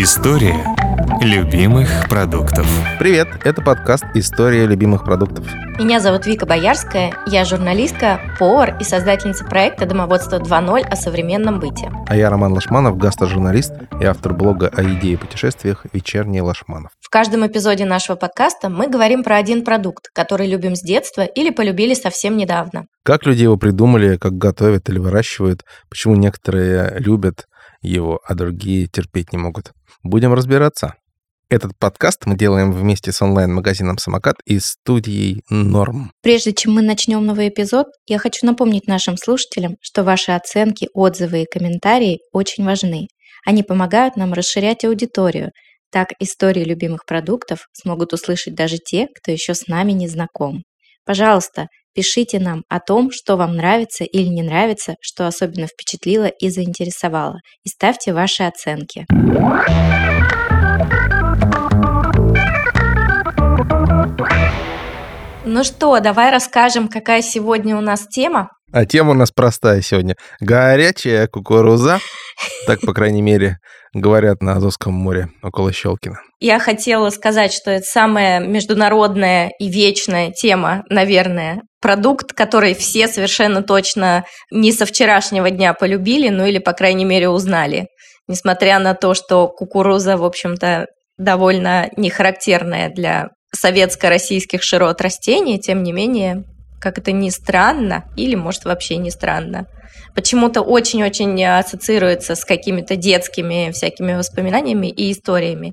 История любимых продуктов. Привет, это подкаст «История любимых продуктов». Меня зовут Вика Боярская, я журналистка, повар и создательница проекта «Домоводство 2.0» о современном быте. А я Роман Лашманов, гастрожурналист и автор блога о еде и путешествиях «Вечерний Лашманов». В каждом эпизоде нашего подкаста мы говорим про один продукт, который любим с детства или полюбили совсем недавно. Как люди его придумали, как готовят или выращивают, почему некоторые любят его, а другие терпеть не могут. Будем разбираться. Этот подкаст мы делаем вместе с онлайн-магазином «Самокат» и студией «Норм». Прежде чем мы начнем новый эпизод, я хочу напомнить нашим слушателям, что ваши оценки, отзывы и комментарии очень важны. Они помогают нам расширять аудиторию. Так истории любимых продуктов смогут услышать даже те, кто еще с нами не знаком. Пожалуйста, пишите нам о том, что вам нравится или не нравится, что особенно впечатлило и заинтересовало. И ставьте ваши оценки. Ну что, давай расскажем, какая сегодня у нас тема. А тема у нас простая сегодня. Горячая кукуруза. Так, по крайней мере, говорят на Азовском море около Щелкина. Я хотела сказать, что это самая международная и вечная тема, наверное. Продукт, который все совершенно точно не со вчерашнего дня полюбили, ну или, по крайней мере, узнали. Несмотря на то, что кукуруза, в общем-то, довольно нехарактерная для советско-российских широт растений, тем не менее, как это ни странно, или, может, вообще не странно, почему-то очень-очень ассоциируется с какими-то детскими всякими воспоминаниями и историями.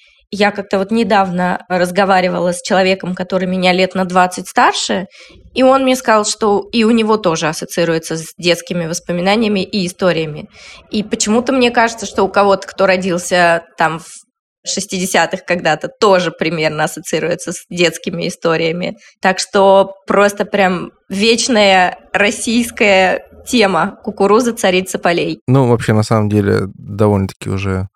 Я как-то вот недавно разговаривала с человеком, который меня лет на 20 старше, и он мне сказал, что и у него тоже ассоциируется с детскими воспоминаниями и историями. И почему-то мне кажется, что у кого-то, кто родился там в 60-х когда-то, тоже примерно ассоциируется с детскими историями. Так что просто прям вечная российская тема кукуруза царица полей. Ну, вообще, на самом деле, довольно-таки уже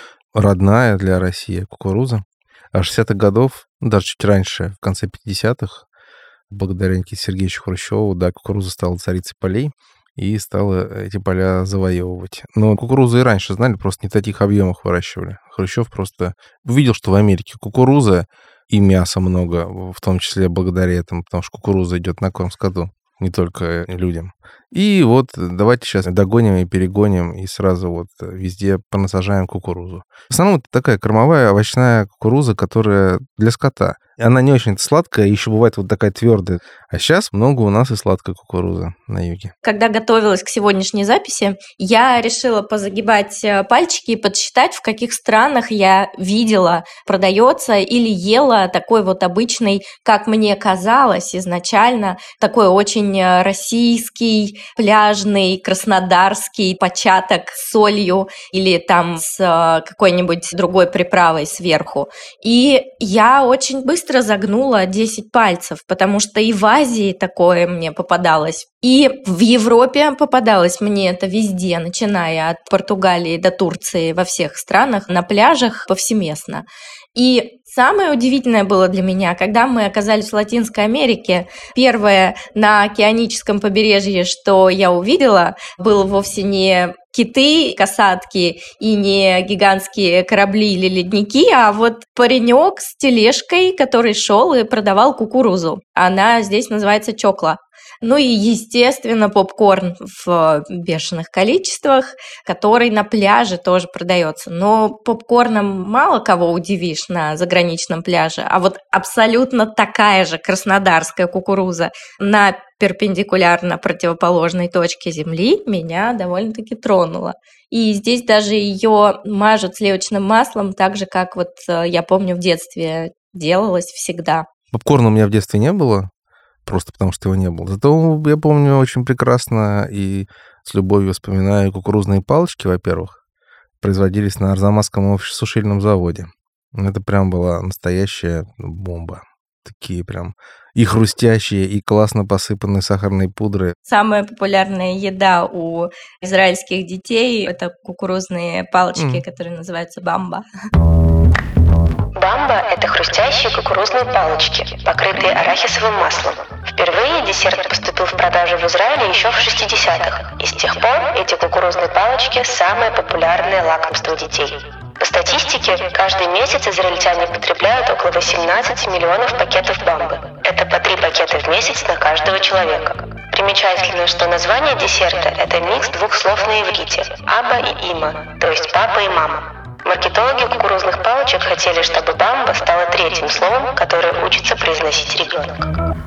родная для России кукуруза. А 60-х годов, даже чуть раньше, в конце 50-х, благодаря Никите Сергеевичу Хрущеву, да, кукуруза стала царицей полей и стала эти поля завоевывать. Но кукурузу и раньше знали, просто не в таких объемах выращивали. Хрущев просто увидел, что в Америке кукуруза и мяса много, в том числе благодаря этому, потому что кукуруза идет на корм скоту, не только людям. И вот давайте сейчас догоним и перегоним, и сразу вот везде понасажаем кукурузу. В основном это такая кормовая овощная кукуруза, которая для скота. Она не очень сладкая, еще бывает вот такая твердая. А сейчас много у нас и сладкой кукурузы на юге. Когда готовилась к сегодняшней записи, я решила позагибать пальчики и подсчитать, в каких странах я видела, продается или ела такой вот обычный, как мне казалось изначально, такой очень российский, пляжный, краснодарский початок с солью или там с какой-нибудь другой приправой сверху. И я очень быстро загнула 10 пальцев, потому что и в Азии такое мне попадалось, и в Европе попадалось мне это везде, начиная от Португалии до Турции, во всех странах, на пляжах повсеместно. И самое удивительное было для меня, когда мы оказались в Латинской Америке, первое на океаническом побережье, что я увидела, было вовсе не киты, касатки и не гигантские корабли или ледники, а вот паренек с тележкой, который шел и продавал кукурузу. Она здесь называется чокла. Ну и, естественно, попкорн в бешеных количествах, который на пляже тоже продается. Но попкорном мало кого удивишь на заграничном пляже. А вот абсолютно такая же краснодарская кукуруза на перпендикулярно противоположной точке Земли меня довольно-таки тронула. И здесь даже ее мажут сливочным маслом, так же, как вот я помню в детстве делалось всегда. Попкорна у меня в детстве не было. Просто потому, что его не было. Зато я помню очень прекрасно и с любовью вспоминаю кукурузные палочки, во-первых, производились на Арзамасском сушильном заводе. Это прям была настоящая бомба. Такие прям и хрустящие, и классно посыпанные сахарной пудрой. Самая популярная еда у израильских детей – это кукурузные палочки, которые называются бамба. Бамба – это хрустящие кукурузные палочки, покрытые арахисовым маслом. Впервые десерт поступил в продажу в Израиле еще в 60-х, и с тех пор эти кукурузные палочки – самое популярное лакомство детей. По статистике, каждый месяц израильтяне потребляют около 18 миллионов пакетов бамбы. Это по 3 пакета в месяц на каждого человека. Примечательно, что название десерта – это микс двух слов на иврите – «аба» и «има», то есть «папа» и «мама». Маркетологи кукурузных палочек хотели, чтобы бамба стала третьим словом, которое учится произносить ребенок.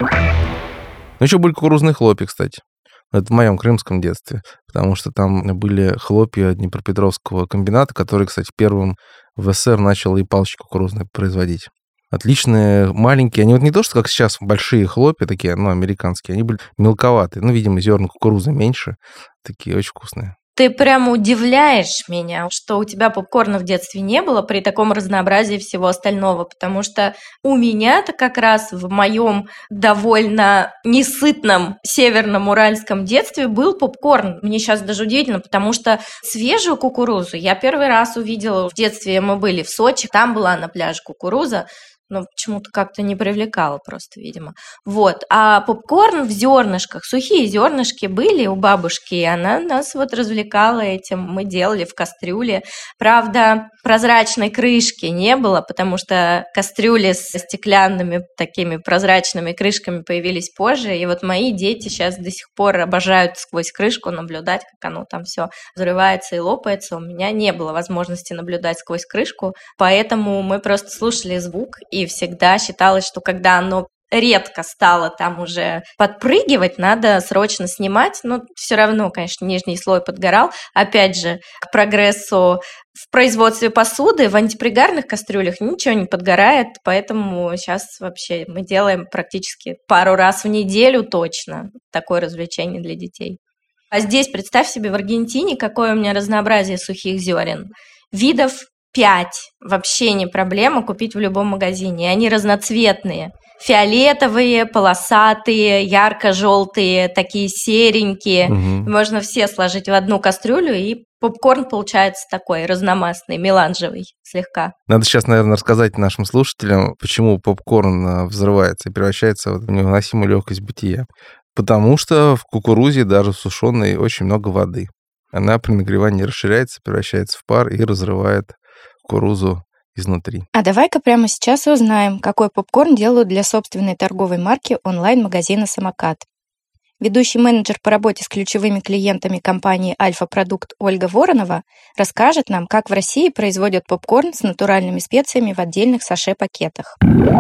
Ну, еще были кукурузные хлопья, кстати. Это в моем крымском детстве, потому что там были хлопья Днепропетровского комбината, который, кстати, первым в СССР начал и палочки кукурузные производить. Отличные, маленькие. Они вот не то, что как сейчас большие хлопья такие, американские, они были мелковатые. Видимо, зерна кукурузы меньше. Такие очень вкусные. Ты прямо удивляешь меня, что у тебя попкорна в детстве не было при таком разнообразии всего остального, потому что у меня-то как раз в моем довольно несытном северном уральском детстве был попкорн. Мне сейчас даже удивительно, потому что свежую кукурузу я первый раз увидела в детстве, мы были в Сочи, там была на пляже кукуруза, но почему-то как-то не привлекало просто, видимо. Вот. А попкорн в зернышках, сухие зернышки были у бабушки, и она нас вот развлекала этим. Мы делали в кастрюле. Правда, прозрачной крышки не было, потому что кастрюли с стеклянными такими прозрачными крышками появились позже. И вот мои дети сейчас до сих пор обожают сквозь крышку наблюдать, как оно там все взрывается и лопается. У меня не было возможности наблюдать сквозь крышку, поэтому мы просто слушали звук. И всегда считалось, что когда оно редко стало там уже подпрыгивать, надо срочно снимать, но все равно, конечно, нижний слой подгорал. Опять же, к прогрессу в производстве посуды в антипригарных кастрюлях ничего не подгорает, поэтому сейчас вообще мы делаем практически пару раз в неделю точно такое развлечение для детей. А здесь, представь себе, в Аргентине, какое у меня разнообразие сухих зерен. Видов 5. Вообще не проблема купить в любом магазине. И они разноцветные. Фиолетовые, полосатые, ярко-желтые, такие серенькие. Угу. Можно все сложить в одну кастрюлю, и попкорн получается такой разномастный, меланжевый слегка. Надо сейчас, наверное, рассказать нашим слушателям, почему попкорн взрывается и превращается в невыносимую легкость бытия. Потому что в кукурузе, даже сушеной, очень много воды. Она при нагревании расширяется, превращается в пар и разрывает кукурузу изнутри. А давай-ка прямо сейчас и узнаем, какой попкорн делают для собственной торговой марки онлайн-магазина «Самокат». Ведущий менеджер по работе с ключевыми клиентами компании «Альфа-продукт» Ольга Воронова расскажет нам, как в России производят попкорн с натуральными специями в отдельных саше-пакетах.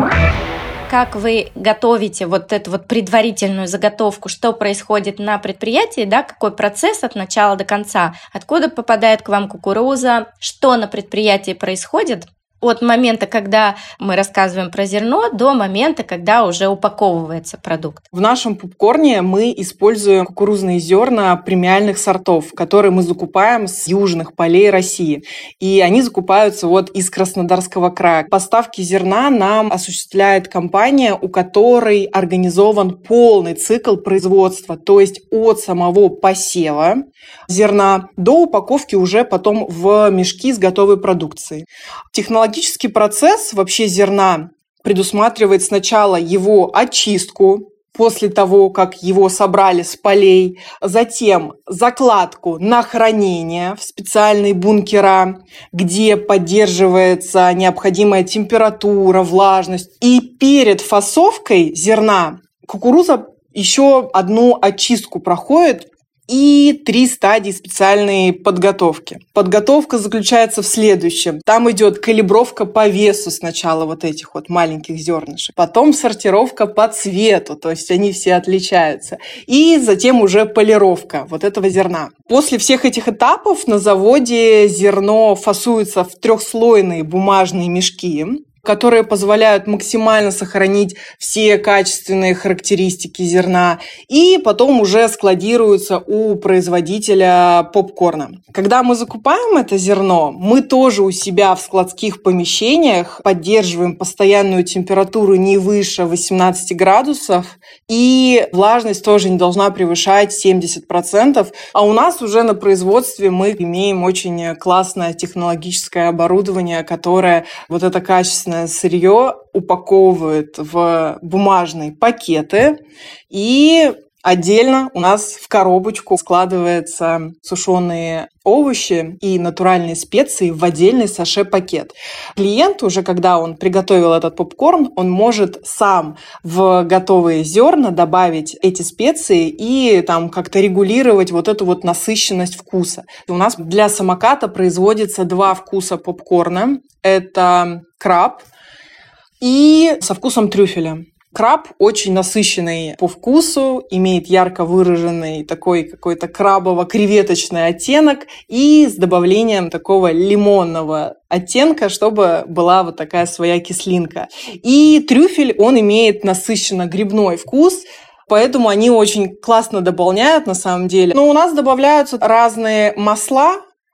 Как вы готовите вот эту вот предварительную заготовку, что происходит на предприятии, да, какой процесс от начала до конца, откуда попадает к вам кукуруза, что на предприятии происходит от момента, когда мы рассказываем про зерно, до момента, когда уже упаковывается продукт. В нашем попкорне мы используем кукурузные зерна премиальных сортов, которые мы закупаем с южных полей России. И они закупаются вот из Краснодарского края. Поставки зерна нам осуществляет компания, у которой организован полный цикл производства, то есть от самого посева зерна до упаковки уже потом в мешки с готовой продукцией. Технологический процесс вообще зерна предусматривает сначала его очистку, после того, как его собрали с полей, затем закладку на хранение в специальные бункера, где поддерживается необходимая температура, влажность. И перед фасовкой зерна кукуруза еще одну очистку проходит, и 3 стадии специальной подготовки. Подготовка заключается в следующем. Там идет калибровка по весу сначала вот этих вот маленьких зернышек, потом сортировка по цвету, то есть они все отличаются, и затем уже полировка вот этого зерна. После всех этих этапов на заводе зерно фасуется в 3-слойные бумажные мешки, которые позволяют максимально сохранить все качественные характеристики зерна, и потом уже складируются у производителя попкорна. Когда мы закупаем это зерно, мы тоже у себя в складских помещениях поддерживаем постоянную температуру не выше 18 градусов, и влажность тоже не должна превышать 70%. А у нас уже на производстве мы имеем очень классное технологическое оборудование, которое вот это качественное сырье упаковывает в бумажные пакеты и Отдельно у нас в коробочку складываются сушеные овощи и натуральные специи в отдельный саше-пакет. Клиент уже, когда он приготовил этот попкорн, он может сам в готовые зерна добавить эти специи и там как-то регулировать вот эту вот насыщенность вкуса. У нас для самоката производится 2 вкуса попкорна. Это краб и со вкусом трюфеля. Краб очень насыщенный по вкусу, имеет ярко выраженный такой какой-то крабово-креветочный оттенок и с добавлением такого лимонного оттенка, чтобы была вот такая своя кислинка. И трюфель, он имеет насыщенно-грибной вкус, поэтому они очень классно дополняют на самом деле. Но у нас добавляются разные масла.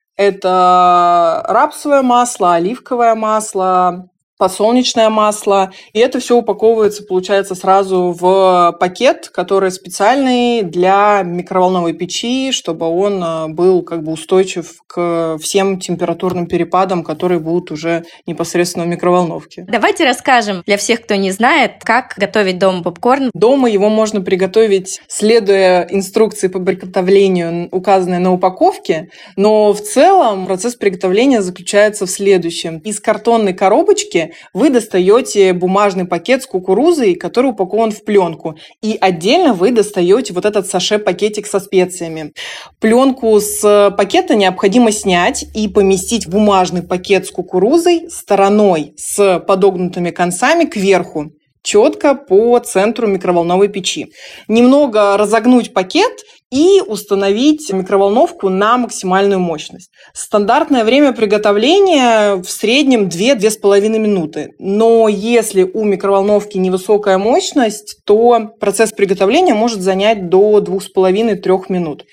Это рапсовое масло, оливковое масло, подсолнечное масло. И это все упаковывается, получается, сразу в пакет, который специальный для микроволновой печи, чтобы он был как бы устойчив к всем температурным перепадам, которые будут уже непосредственно в микроволновке. Давайте расскажем для всех, кто не знает, как готовить дома попкорн. Дома его можно приготовить, следуя инструкции по приготовлению, указанной на упаковке, но в целом процесс приготовления заключается в следующем. Из картонной коробочки вы достаете бумажный пакет с кукурузой, который упакован в пленку, и отдельно вы достаете вот этот саше-пакетик со специями. Пленку с пакета необходимо снять и поместить в бумажный пакет с кукурузой стороной с подогнутыми концами кверху, четко по центру микроволновой печи. Немного разогнуть пакет и установить микроволновку на максимальную мощность. Стандартное время приготовления в среднем 2-2,5 минуты. Но если у микроволновки невысокая мощность, то процесс приготовления может занять до 2,5-3 минут.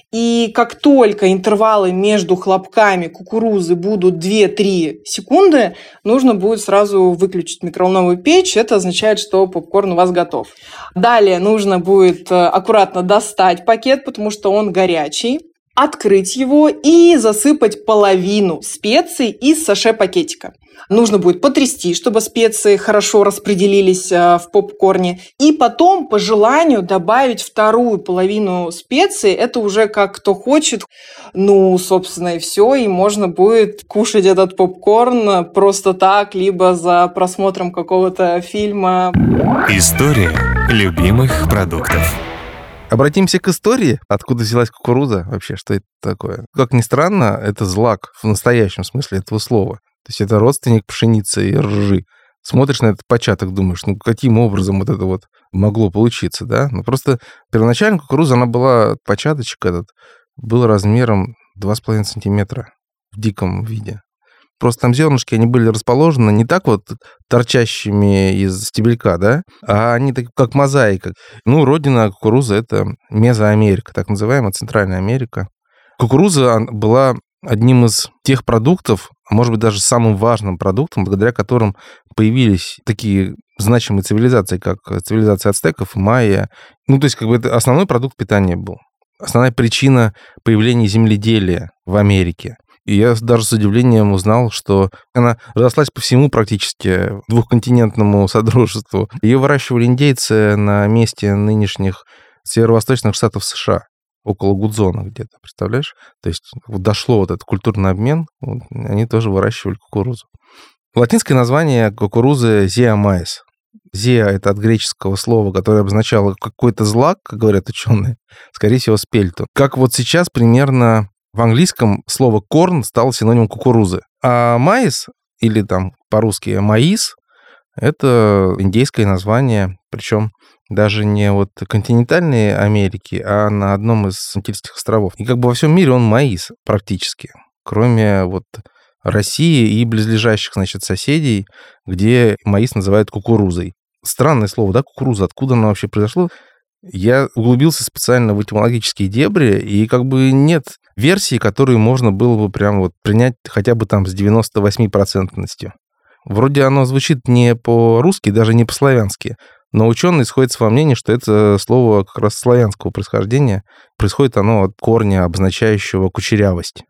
И как только интервалы между хлопками кукурузы будут 2-3 секунды, нужно будет сразу выключить микроволновую печь. Это означает, что попкорн у вас готов. Далее нужно будет аккуратно достать пакет, потому что он горячий, открыть его и засыпать половину специй из саше-пакетика. Нужно будет потрясти, чтобы специи хорошо распределились в попкорне. И потом, по желанию, добавить вторую половину специй. Это уже как кто хочет. Ну, собственно, и все. И можно будет кушать этот попкорн просто так, либо за просмотром какого-то фильма. История любимых продуктов. Обратимся к истории. Откуда взялась кукуруза вообще? Что это такое? Как ни странно, это злак в настоящем смысле этого слова. То есть это родственник пшеницы и ржи. Смотришь на этот початок, думаешь, ну каким образом вот это вот могло получиться, да? Ну просто первоначально кукуруза, она была, початочек этот, был размером 2,5 сантиметра в диком виде. Просто там зернышки, они были расположены не так вот торчащими из стебелька, да, а они так, как мозаика. Ну, родина кукурузы — это Мезоамерика, так называемая Центральная Америка. Кукуруза была одним из тех продуктов, может быть, даже самым важным продуктом, благодаря которым появились такие значимые цивилизации, как цивилизация ацтеков, майя. Ну, то есть, как бы это основной продукт питания был. Основная причина появления земледелия в Америке. И я даже с удивлением узнал, что она разошлась по всему практически двухконтинентному содружеству. Ее выращивали индейцы на месте нынешних северо-восточных штатов США, около Гудзона где-то, представляешь? То есть вот дошло вот этот культурный обмен, вот, они тоже выращивали кукурузу. Латинское название кукурузы Zea mays. Zea — это от греческого слова, которое обозначало какой-то злак, как говорят ученые, скорее всего, спельту. Как вот сейчас примерно в английском слово корн стало синонимом кукурузы. А маис, или там по-русски маис, это индейское название, причем даже не вот континентальной Америки, а на одном из Антильских островов. И как бы во всем мире он маис практически, кроме вот России и близлежащих, значит, соседей, где маис называют кукурузой. Странное слово, да, кукуруза, откуда оно вообще произошло? Я углубился специально в этимологические дебри, и как бы нет версии, которую можно было бы прям вот принять хотя бы там с 98%. Вроде оно звучит не по-русски, даже не по-славянски, но ученые сходятся во мнении, что это слово как раз славянского происхождения. Происходит оно от корня, обозначающего кучерявость.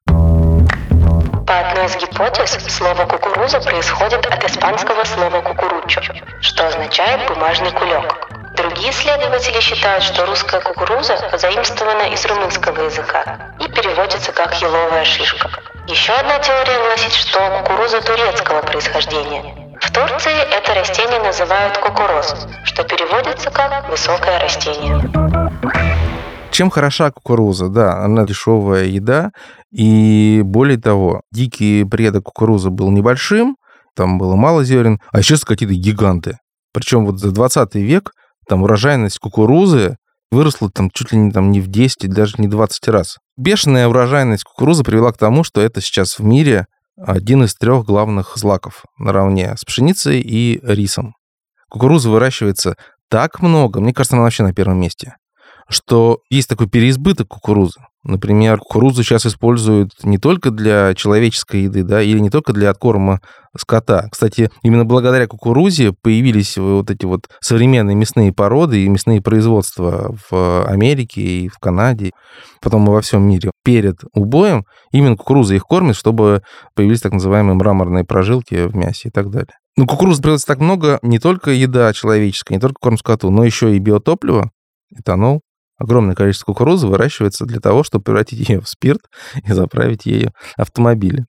По одной из гипотез, слово «кукуруза» происходит от испанского слова «кукуручо», что означает «бумажный кулек». Другие Другие исследователи считают, что русская кукуруза позаимствована из румынского языка и переводится как «еловая шишка». Еще одна теория гласит, что кукуруза турецкого происхождения. В Турции это растение называют кукуроз, что переводится как «высокое растение». Чем хороша кукуруза? Да, она дешевая еда, и более того, дикий предок кукурузы был небольшим, там было мало зерен, а сейчас какие-то гиганты. Причем вот за 20 век там урожайность кукурузы выросла там чуть ли не в 10, даже не 20 раз. Бешеная урожайность кукурузы привела к тому, что это сейчас в мире один из 3 главных злаков наравне с пшеницей и рисом. Кукурузы выращивается так много, мне кажется, она вообще на первом месте, что есть такой переизбыток кукурузы. Например, кукурузу сейчас используют не только для человеческой еды, да, или не только для откорма скота. Кстати, именно благодаря кукурузе появились вот эти вот современные мясные породы и мясные производства в Америке и в Канаде, потом и во всем мире. Перед убоем именно кукуруза их кормит, чтобы появились так называемые мраморные прожилки в мясе и так далее. Но кукурузы производится так много, не только еда человеческая, не только корм скоту, но еще и биотопливо, этанол. Огромное количество кукурузы выращивается для того, чтобы превратить ее в спирт и заправить ею автомобили.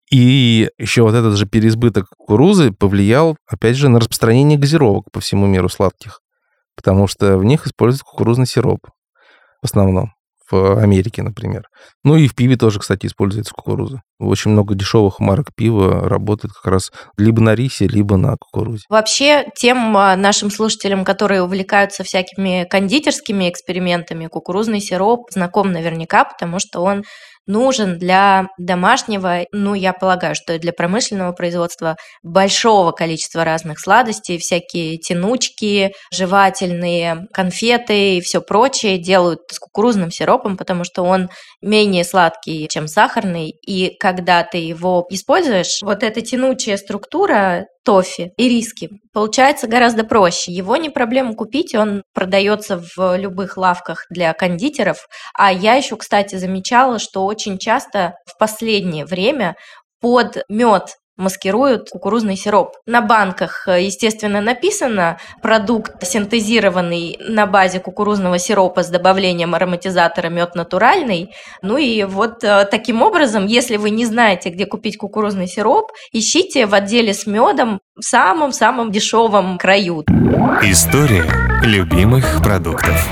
И еще вот этот же переизбыток кукурузы повлиял, опять же, на распространение газировок по всему миру сладких, потому что в них используют кукурузный сироп в основном, в Америке, например. Ну и в пиве тоже, кстати, используется кукуруза. Очень много дешевых марок пива работает как раз либо на рисе, либо на кукурузе. Вообще, тем нашим слушателям, которые увлекаются всякими кондитерскими экспериментами, кукурузный сироп знаком наверняка, потому что он нужен для домашнего, я полагаю, что и для промышленного производства большого количества разных сладостей, всякие тянучки, жевательные конфеты и все прочее делают с кукурузным сиропом, потому что он менее сладкий, чем сахарный, и когда ты его используешь, вот эта тянучая структура тоффи и риски получается гораздо проще. Его не проблема купить, он продается в любых лавках для кондитеров. А я еще, кстати, замечала, что очень часто в последнее время под мед маскируют кукурузный сироп. На банках, естественно, написано продукт, синтезированный на базе кукурузного сиропа с добавлением ароматизатора мед натуральный. И вот таким образом, если вы не знаете, где купить кукурузный сироп, ищите в отделе с медом в самом-самом дешевом краю. История любимых продуктов.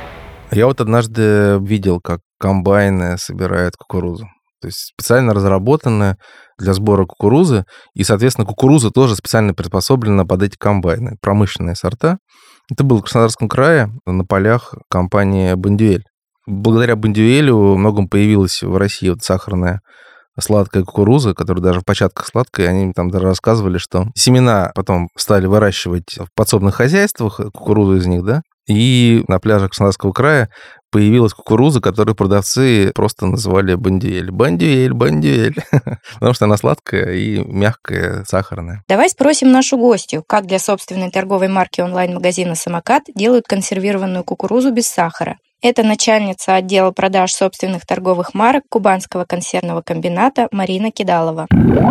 Я вот однажды видел, как комбайны собирают кукурузу. То есть специально разработанная для сбора кукурузы, и, соответственно, кукуруза тоже специально приспособлена под эти комбайны, промышленные сорта. Это было в Краснодарском крае на полях компании «Бондюэль». Благодаря «Бондюэлю» во многом появилась в России вот сахарная сладкая кукуруза, которая даже в початках сладкая. Они там даже рассказывали, что семена потом стали выращивать в подсобных хозяйствах, кукурузу из них, да, и на пляжах Краснодарского края появилась кукуруза, которую продавцы просто называли «Бондюэль». «Бондюэль, Бондюэль», потому что она сладкая и мягкая, сахарная. Давай спросим нашу гостью, как для собственной торговой марки онлайн-магазина «Самокат» делают консервированную кукурузу без сахара. Это начальница отдела продаж собственных торговых марок Кубанского консервного комбината Марина Кидалова.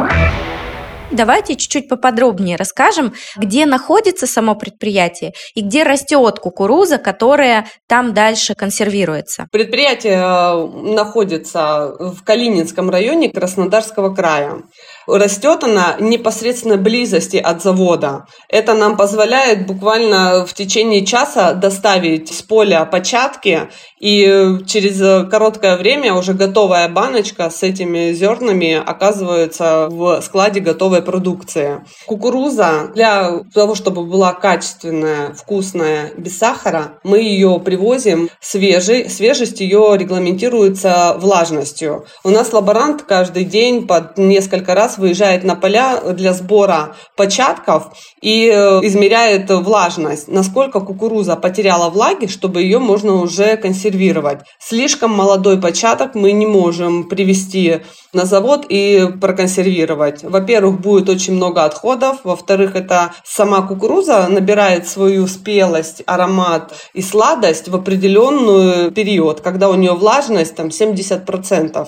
Давайте чуть-чуть поподробнее расскажем, где находится само предприятие и где растет кукуруза, которая там дальше консервируется. Предприятие находится в Калининском районе Краснодарского края. Растет она в непосредственной близости от завода. Это нам позволяет буквально в течение часа доставить с поля початки, и через короткое время уже готовая баночка с этими зернами оказывается в складе готовой продукции. Кукуруза для того, чтобы была качественная, вкусная, без сахара, мы ее привозим свежей. Свежесть ее регламентируется влажностью. У нас лаборант каждый день под несколько раз выезжает на поля для сбора початков и измеряет влажность, насколько кукуруза потеряла влаги, чтобы ее можно уже консервировать. Слишком молодой початок мы не можем привезти на завод и проконсервировать. Во-первых, будет очень много отходов. Во-вторых, это сама кукуруза набирает свою спелость, аромат и сладость в определенный период, когда у нее влажность 70%.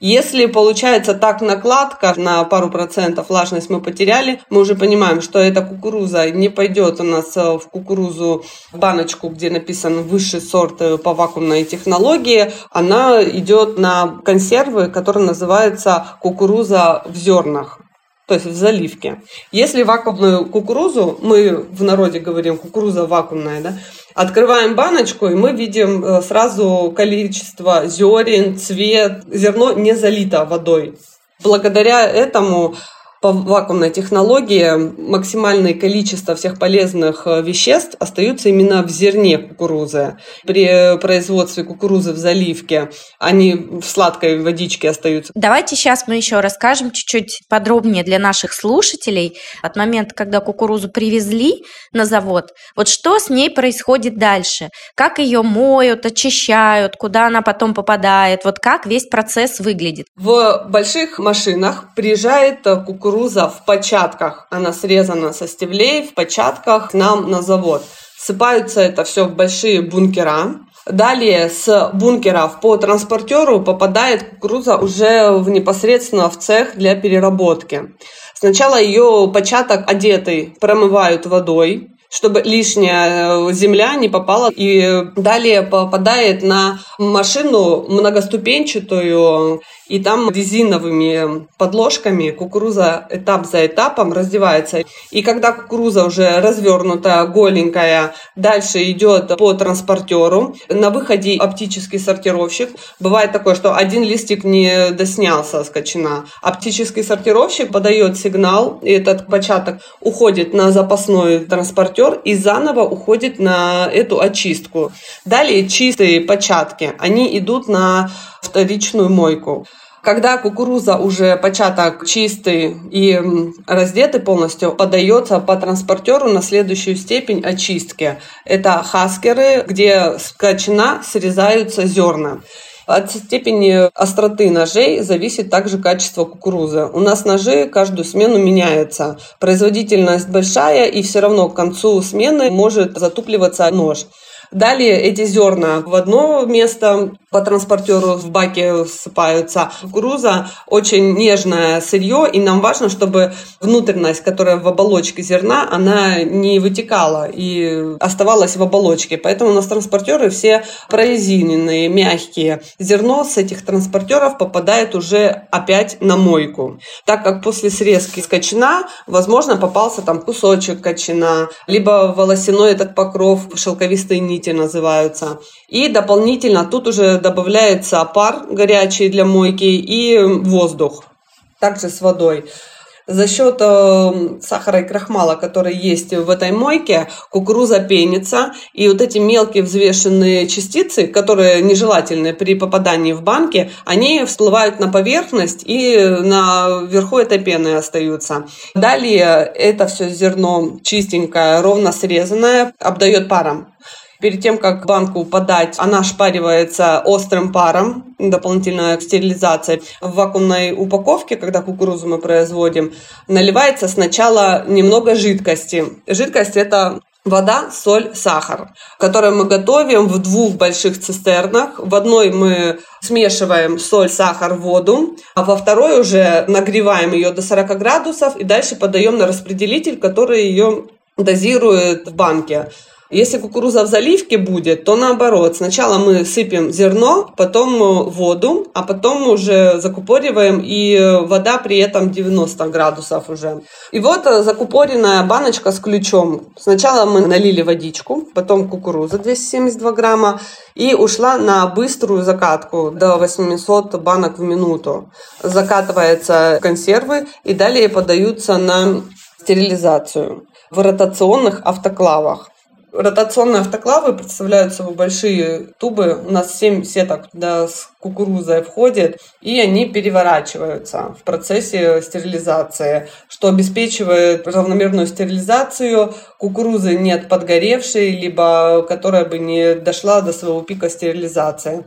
Если получается так накладка, на пару процентов влажность мы потеряли, мы уже понимаем, что эта кукуруза не пойдет у нас в кукурузу в баночку, где написан высший сорт по вакуумной технологии. Она идет на консервы, которые называются кукуруза в зернах. То есть в заливке. Если вакуумную кукурузу, мы в народе говорим кукуруза вакуумная, да, открываем баночку, и мы видим сразу количество зерен, цвет, зерно не залито водой. Благодаря этому по вакуумной технологии максимальное количество всех полезных веществ остаются именно в зерне кукурузы. При производстве кукурузы в заливке они в сладкой водичке остаются. Давайте сейчас мы еще расскажем чуть-чуть подробнее для наших слушателей от момента, когда кукурузу привезли на завод. Вот что с ней происходит дальше? Как ее моют, очищают, куда она потом попадает? Вот как весь процесс выглядит? В больших машинах приезжает кукуруза в початках. Она срезана со стеблей в початках к нам на завод. Всыпаются это все в большие бункера. Далее с бункеров по транспортеру попадает кукуруза уже непосредственно в цех для переработки. Сначала ее початок одетый промывают водой, чтобы лишняя земля не попала. И далее попадает на машину многоступенчатую, и там резиновыми подложками кукуруза этап за этапом раздевается. И когда кукуруза уже развернутая, голенькая, дальше идет по транспортеру. На выходе оптический сортировщик. Бывает такое, что один листик не доснялся с кочана. Оптический сортировщик подает сигнал, и этот початок уходит на запасной транспортер и заново уходит на эту очистку. Далее чистые початки, они идут на вторичную мойку. Когда кукуруза уже початок чистый и раздетый полностью, подается по транспортеру на следующую степень очистки. Это хаскеры, где с кочана срезаются зерна. От степени остроты ножей зависит также качество кукурузы. У нас ножи каждую смену меняются. Производительность большая, и все равно к концу смены может затупливаться нож. Далее эти зерна в одно место по транспортеру в баке ссыпаются. Кукуруза очень нежное сырье, и нам важно, чтобы внутренность, которая в оболочке зерна, она не вытекала и оставалась в оболочке. Поэтому у нас транспортеры все прорезиненные, мягкие. Зерно с этих транспортеров попадает уже опять на мойку. Так как после срезки с кочана, возможно, попался там кусочек кочана, либо волосяной этот покров, шелковистые нити называются. И дополнительно тут уже добавляется пар горячий для мойки и воздух, также с водой. За счет сахара и крахмала, который есть в этой мойке, кукуруза пенится, и вот эти мелкие взвешенные частицы, которые нежелательны при попадании в банки, они всплывают на поверхность и наверху этой пены остаются. Далее это все зерно чистенькое, ровно срезанное, обдает паром. Перед тем, как банку подать, она шпаривается острым паром, дополнительная стерилизация. В вакуумной упаковке, когда кукурузу мы производим, наливается сначала немного жидкости. Жидкость – это вода, соль, сахар, которую мы готовим в двух больших цистернах. В одной мы смешиваем соль, сахар, воду, а во второй уже нагреваем ее до 40 градусов и дальше подаем на распределитель, который ее дозирует в банке. Если кукуруза в заливке будет, то наоборот. Сначала мы сыпем зерно, потом воду, а потом уже закупориваем, и вода при этом 90 градусов уже. И вот закупоренная баночка с ключом. Сначала мы налили водичку, потом кукуруза 272 грамма, и ушла на быструю закатку до 800 банок в минуту. Закатываются консервы, и далее подаются на стерилизацию в ротационных автоклавах. Ротационные автоклавы представляют собой большие тубы. У нас 7 сеток туда с кукурузой входит, и они переворачиваются в процессе стерилизации, что обеспечивает равномерную стерилизацию кукурузы, нет подгоревшей, либо которая бы не дошла до своего пика стерилизации.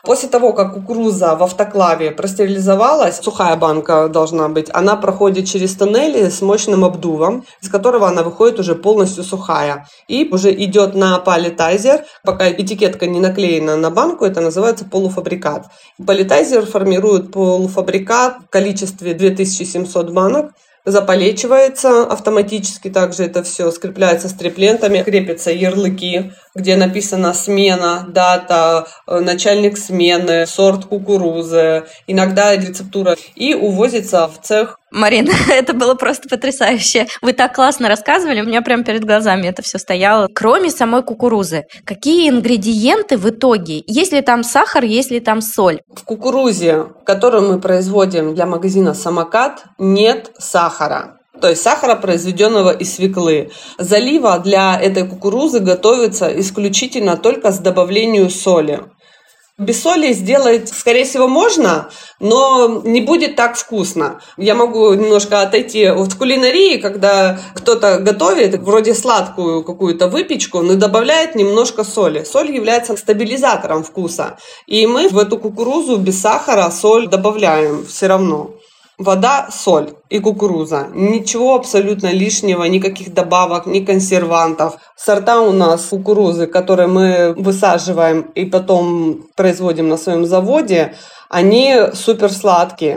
После того, как кукуруза в автоклаве простерилизовалась, сухая банка должна быть, она проходит через тоннели с мощным обдувом, из которого она выходит уже полностью сухая. И уже идет на паллетайзер, пока этикетка не наклеена на банку, это называется полуфабрикат. Паллетайзер формирует полуфабрикат в количестве 2700 банок, запалечивается автоматически, также это все скрепляется стреплентами, крепятся ярлыки, где написана смена, дата, начальник смены, сорт кукурузы, иногда рецептура, и увозится в цех. Марина, это было просто потрясающе. Вы так классно рассказывали, у меня прямо перед глазами это все стояло. Кроме самой кукурузы, какие ингредиенты в итоге? Есть ли там сахар, есть ли там соль? В кукурузе, которую мы производим для магазина «Самокат», нет сахара. То есть сахара, произведенного из свеклы. Залива для этой кукурузы готовится исключительно только с добавлением соли. Без соли сделать, скорее всего, можно, но не будет так вкусно. Я могу немножко отойти от кулинарии, когда кто-то готовит вроде сладкую какую-то выпечку, но добавляет немножко соли. Соль является стабилизатором вкуса. И мы в эту кукурузу без сахара соль добавляем все равно. Вода, соль и кукуруза. Ничего абсолютно лишнего, никаких добавок, ни консервантов. Сорта у нас кукурузы, которые мы высаживаем и потом производим на своем заводе, они супер сладкие.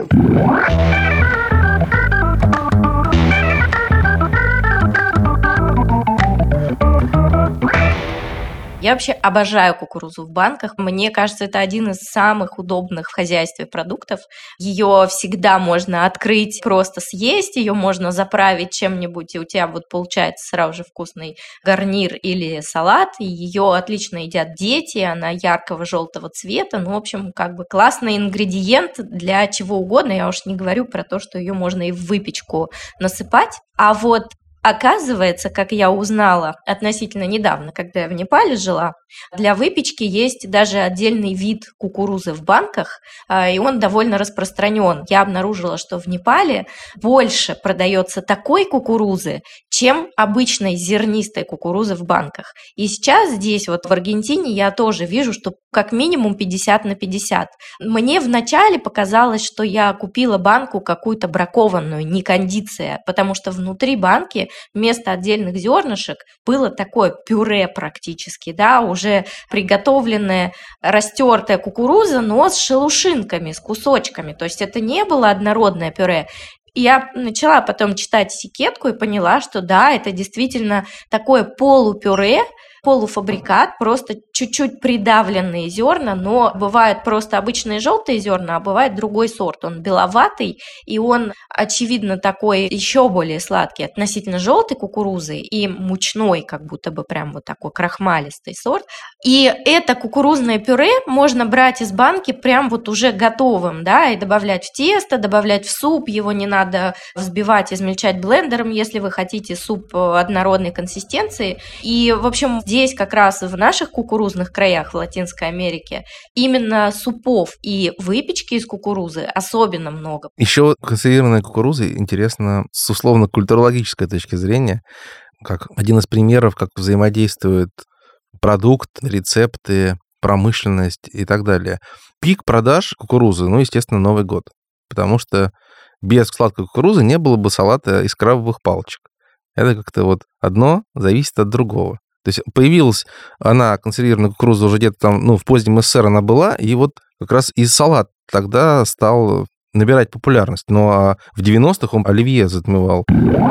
Я вообще обожаю кукурузу в банках. Мне кажется, это один из самых удобных в хозяйстве продуктов. Ее всегда можно открыть, просто съесть, ее можно заправить чем-нибудь, и у тебя вот получается сразу же вкусный гарнир или салат. И ее отлично едят дети, она яркого желтого цвета. Ну, в общем, как бы классный ингредиент для чего угодно. Я уж не говорю про то, что ее можно и в выпечку насыпать. А вот оказывается, как я узнала относительно недавно, когда я в Непале жила, для выпечки есть даже отдельный вид кукурузы в банках, и он довольно распространен. Я обнаружила, что в Непале больше продается такой кукурузы, чем обычной зернистой кукурузы в банках. И сейчас здесь, вот в Аргентине, я тоже вижу, что как минимум 50/50. Мне вначале показалось, что я купила банку какую-то бракованную, не кондиция, потому что внутри банки вместо отдельных зернышек было такое пюре практически, да, уже приготовленная, растертая кукуруза, но с шелушинками, с кусочками. То есть это не было однородное пюре. И я начала потом читать этикетку и поняла, что да, это действительно такое полупюре, полуфабрикат, просто чуть-чуть придавленные зерна, но бывают просто обычные желтые зерна, а бывает другой сорт. Он беловатый, и он, очевидно, такой еще более сладкий относительно желтой кукурузы и мучной, как будто бы прям вот такой крахмалистый сорт. И это кукурузное пюре можно брать из банки прям вот уже готовым, да, и добавлять в тесто, добавлять в суп, его не надо взбивать, измельчать блендером, если вы хотите суп однородной консистенции. И, в общем, здесь как раз в наших кукурузных краях в Латинской Америке именно супов и выпечки из кукурузы особенно много. Еще консервированная кукуруза интересно с условно-культурологической точки зрения, как один из примеров, как взаимодействует продукт, рецепты, промышленность и так далее. Пик продаж кукурузы, ну, естественно, Новый год, потому что без сладкой кукурузы не было бы салата из крабовых палочек. Это как-то вот одно зависит от другого. То есть появилась она, консервированная кукуруза, уже где-то там, ну, в позднем СССР она была, и вот как раз и салат тогда стал набирать популярность. Ну, а в 90-х он оливье затмевал.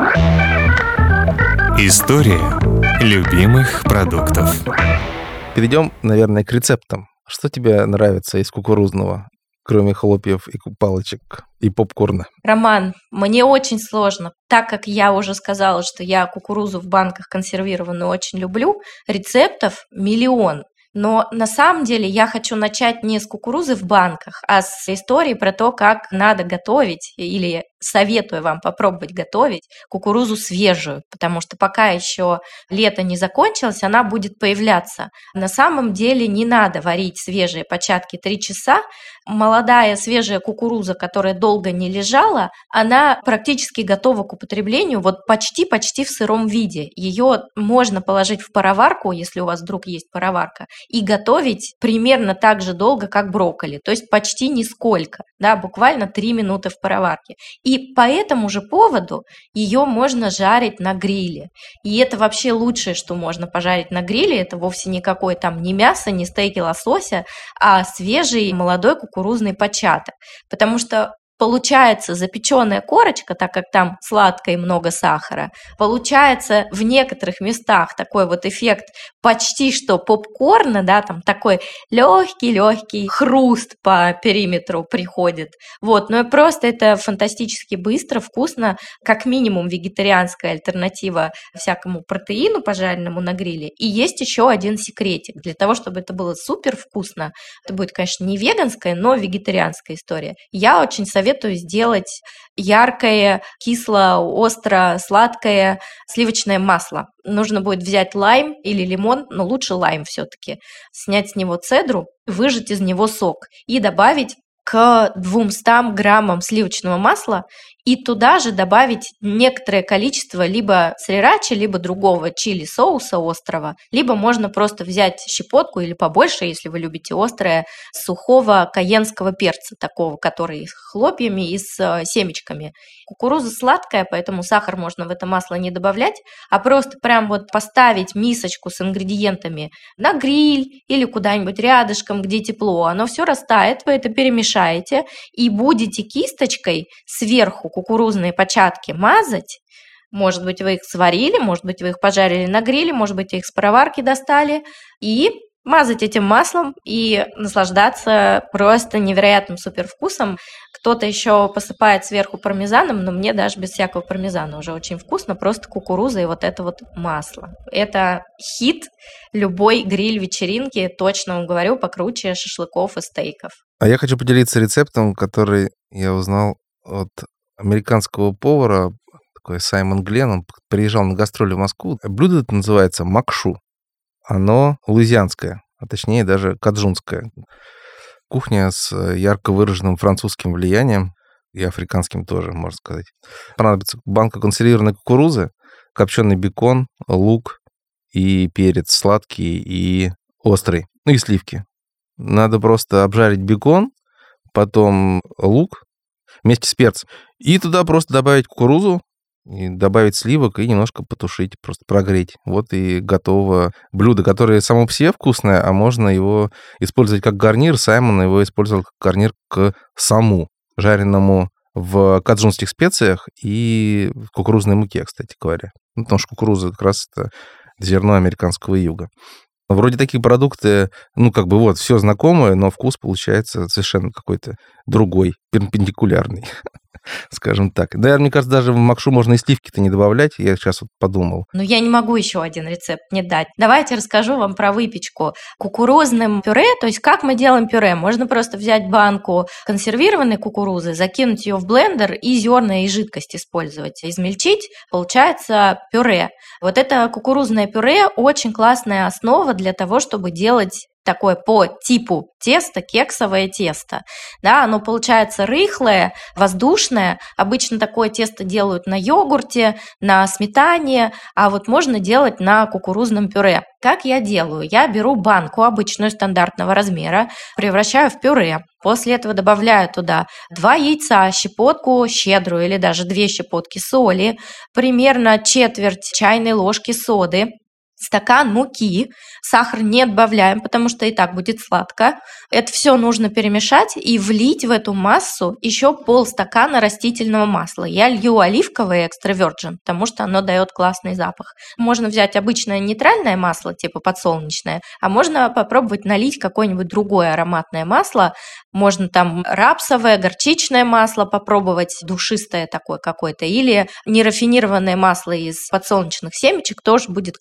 История любимых продуктов. Перейдем, наверное, к рецептам. Что тебе нравится из кукурузного, кроме хлопьев и палочек и попкорна? Роман, мне очень сложно, так как я уже сказала, что я кукурузу в банках консервированную очень люблю, рецептов миллион. Но на самом деле я хочу начать не с кукурузы в банках, а с истории про то, как надо готовить или советую вам попробовать готовить кукурузу свежую, потому что пока еще лето не закончилось, она будет появляться. На самом деле не надо варить свежие початки 3 часа. Молодая свежая кукуруза, которая долго не лежала, она практически готова к употреблению, вот почти в сыром виде. Ее можно положить в пароварку, если у вас вдруг есть пароварка, и готовить примерно так же долго, как брокколи, то есть почти нисколько, да, буквально 3 минуты в пароварке. И по этому же поводу ее можно жарить на гриле. И это вообще лучшее, что можно пожарить на гриле. Это вовсе никакое там не мясо, не стейки лосося, а свежий молодой кукурузный початок. Потому что получается запеченная корочка, так как там сладко и много сахара, получается в некоторых местах такой вот эффект почти что попкорна, да, там такой легкий хруст по периметру приходит. Вот, но просто это фантастически быстро, вкусно, как минимум вегетарианская альтернатива всякому протеину, пожаренному на гриле. И есть еще один секретик. Для того, чтобы это было супер вкусно, это будет, конечно, не веганская, но вегетарианская история. Я очень советую сделать яркое, кисло-остро-сладкое сливочное масло. Нужно будет взять лайм или лимон, но лучше лайм все-таки, снять с него цедру, выжать из него сок и добавить к 200 граммам сливочного масла и туда же добавить некоторое количество либо срирачи, либо другого чили-соуса острого, либо можно просто взять щепотку или побольше, если вы любите острое, сухого кайенского перца, такого, который с хлопьями и с семечками. Кукуруза сладкая, поэтому сахар можно в это масло не добавлять, а просто прям вот поставить мисочку с ингредиентами на гриль или куда-нибудь рядышком, где тепло. Оно все растает, вы это перемешаете и будете кисточкой сверху кукурузные початки мазать. Может быть, вы их сварили, может быть, вы их пожарили на гриле, может быть, их с пароварки достали. И мазать этим маслом и наслаждаться просто невероятным супервкусом. Кто-то еще посыпает сверху пармезаном, но мне даже без всякого пармезана уже очень вкусно, просто кукуруза и вот это вот масло. Это хит любой гриль-вечеринки, точно вам говорю, покруче шашлыков и стейков. А я хочу поделиться рецептом, который я узнал от американского повара, такой Саймон Гленн. Он приезжал на гастроли в Москву. Блюдо это называется макшу. Оно луизианское, а точнее даже каджунское. Кухня с ярко выраженным французским влиянием и африканским тоже, можно сказать. Понадобится банка консервированной кукурузы, копченый бекон, лук и перец сладкий и острый, ну и сливки. Надо просто обжарить бекон, потом лук вместе с перцем. И туда просто добавить кукурузу, и добавить сливок и немножко потушить, просто прогреть. Вот и готово блюдо, которое само по себе вкусное, а можно его использовать как гарнир. Саймон его использовал как гарнир к саму, жареному в каджунских специях и в кукурузной муке, кстати говоря. Ну, потому что кукуруза как раз это зерно американского юга. Вроде такие продукты, ну, как бы вот, все знакомое, но вкус получается совершенно какой-то другой, перпендикулярный, скажем так. Да, мне кажется, даже в макшу можно и сливки-то не добавлять, я сейчас вот подумал. Но я не могу еще один рецепт не дать. Давайте расскажу вам про выпечку. Кукурузным пюре, то есть как мы делаем пюре? Можно просто взять банку консервированной кукурузы, закинуть ее в блендер и зерна и жидкость использовать, измельчить, получается пюре. Вот это кукурузное пюре очень классная основа для того, чтобы делать такое по типу теста, кексовое тесто. Да, оно получается рыхлое, воздушное. Обычно такое тесто делают на йогурте, на сметане, а вот можно делать на кукурузном пюре. Как я делаю? Я беру банку обычную стандартного размера, превращаю в пюре. После этого добавляю туда 2 яйца, щепотку щедрую или даже 2 щепотки соли, примерно четверть чайной ложки соды, стакан муки, сахар не добавляем, потому что и так будет сладко. Это все нужно перемешать и влить в эту массу еще полстакана растительного масла. Я лью оливковое экстра virgin, потому что оно дает классный запах. Можно взять обычное нейтральное масло, типа подсолнечное, а можно попробовать налить какое-нибудь другое ароматное масло. Можно там рапсовое, горчичное масло попробовать, душистое такое какое-то, или нерафинированное масло из подсолнечных семечек тоже будет классный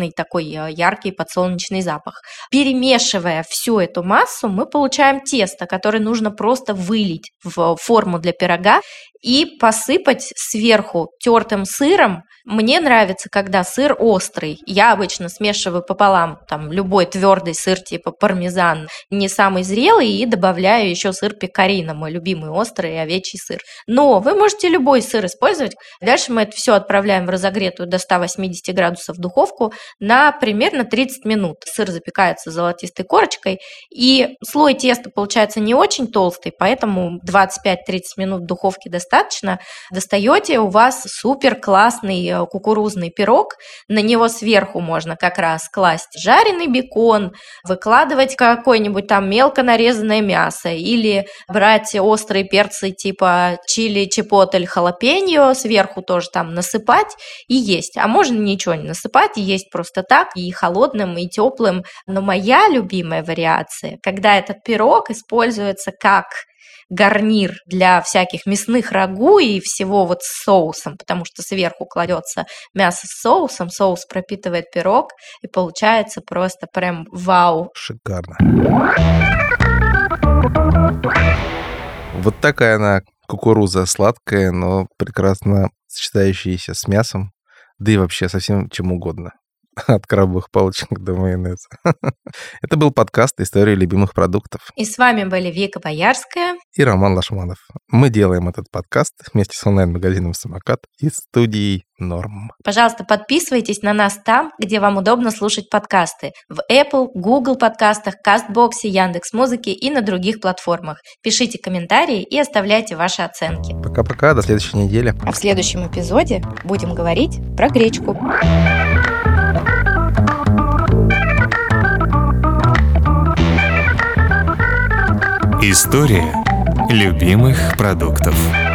самый такой яркий подсолнечный запах. Перемешивая всю эту массу, мы получаем тесто, которое нужно просто вылить в форму для пирога и посыпать сверху тертым сыром. Мне нравится, когда сыр острый. Я обычно смешиваю пополам там любой твердый сыр типа пармезан, не самый зрелый, и добавляю еще сыр пекарина, мой любимый острый овечий сыр. Но вы можете любой сыр использовать. Дальше мы это все отправляем в разогретую до 180 градусов духовку на примерно 30 минут. Сыр запекается золотистой корочкой, и слой теста получается не очень толстый, поэтому 25-30 минут в духовке достаточно. Достаете, у вас супер классный кукурузный пирог, на него сверху можно как раз класть жареный бекон, выкладывать какое-нибудь там мелко нарезанное мясо или брать острые перцы типа чили, чипотль, халапеньо, сверху тоже там насыпать и есть. А можно ничего не насыпать и есть просто так, и холодным, и теплым. Но моя любимая вариация, когда этот пирог используется как гарнир для всяких мясных рагу и всего вот с соусом, потому что сверху кладется мясо с соусом, соус пропитывает пирог, и получается просто прям вау. Шикарно. Вот такая она кукуруза сладкая, но прекрасно сочетающаяся с мясом, да и вообще со всем чем угодно. От крабовых палочек до майонеза. Это был подкаст «История любимых продуктов». И с вами были Вика Боярская и Роман Лашманов. Мы делаем этот подкаст вместе с онлайн-магазином «Самокат» и студией «Норм». Пожалуйста, подписывайтесь на нас там, где вам удобно слушать подкасты. В Apple, Google подкастах, Кастбоксе, Яндекс.Музыке и на других платформах. Пишите комментарии и оставляйте ваши оценки. Пока-пока, до следующей недели. А в следующем эпизоде будем говорить про гречку. История любимых продуктов.